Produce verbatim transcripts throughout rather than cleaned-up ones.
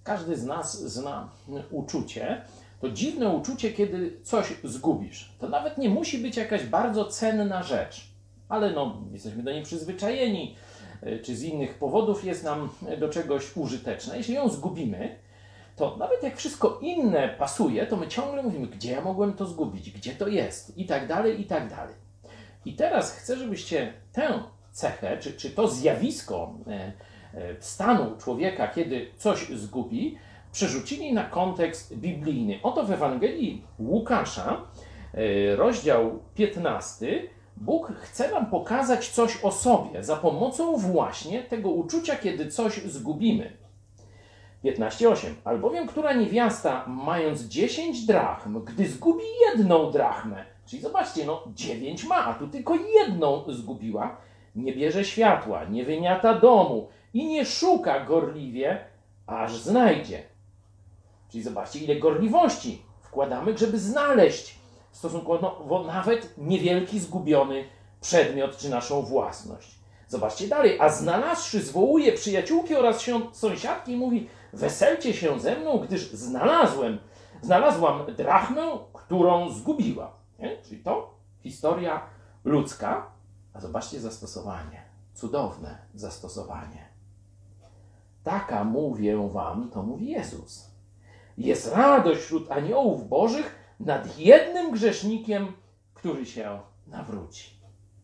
Każdy z nas zna uczucie. To dziwne uczucie, kiedy coś zgubisz. To nawet nie musi być jakaś bardzo cenna rzecz, ale no, jesteśmy do niej przyzwyczajeni, czy z innych powodów jest nam do czegoś użyteczna. Jeśli ją zgubimy, to nawet jak wszystko inne pasuje, to my ciągle mówimy, gdzie ja mogłem to zgubić, gdzie to jest i tak dalej, i tak dalej. I teraz chcę, żebyście tę cechę, czy, czy to zjawisko stanu człowieka, kiedy coś zgubi, przerzucili na kontekst biblijny. Oto w Ewangelii Łukasza, rozdział piętnasty, Bóg chce nam pokazać coś o sobie za pomocą właśnie tego uczucia, kiedy coś zgubimy. piętnaście osiem. Albowiem która niewiasta, mając dziesięć drachm, gdy zgubi jedną drachmę, czyli zobaczcie, no dziewięć ma, a tu tylko jedną zgubiła, nie bierze światła, nie wymiata domu i nie szuka gorliwie, aż znajdzie. Czyli zobaczcie, ile gorliwości wkładamy, żeby znaleźć stosunkowo nawet niewielki, zgubiony przedmiot czy naszą własność. Zobaczcie dalej. A znalazłszy, zwołuje przyjaciółki oraz sąsiadki i mówi: weselcie się ze mną, gdyż znalazłem, znalazłam drachmę, którą zgubiła. Nie? Czyli to historia ludzka. A zobaczcie zastosowanie. Cudowne zastosowanie. Taka mówię wam, to mówi Jezus. Jest radość wśród aniołów bożych nad jednym grzesznikiem, który się nawróci.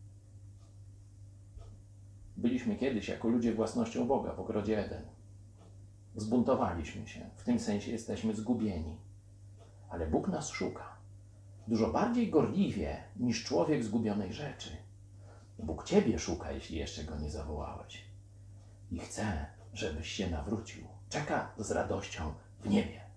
Byliśmy kiedyś jako ludzie własnością Boga w ogrodzie Eden. Zbuntowaliśmy się. W tym sensie jesteśmy zgubieni. Ale Bóg nas szuka. Dużo bardziej gorliwie niż człowiek zgubionej rzeczy. Bóg ciebie szuka, jeśli jeszcze go nie zawołałeś. I chce, żebyś się nawrócił. Czeka z radością w niebie.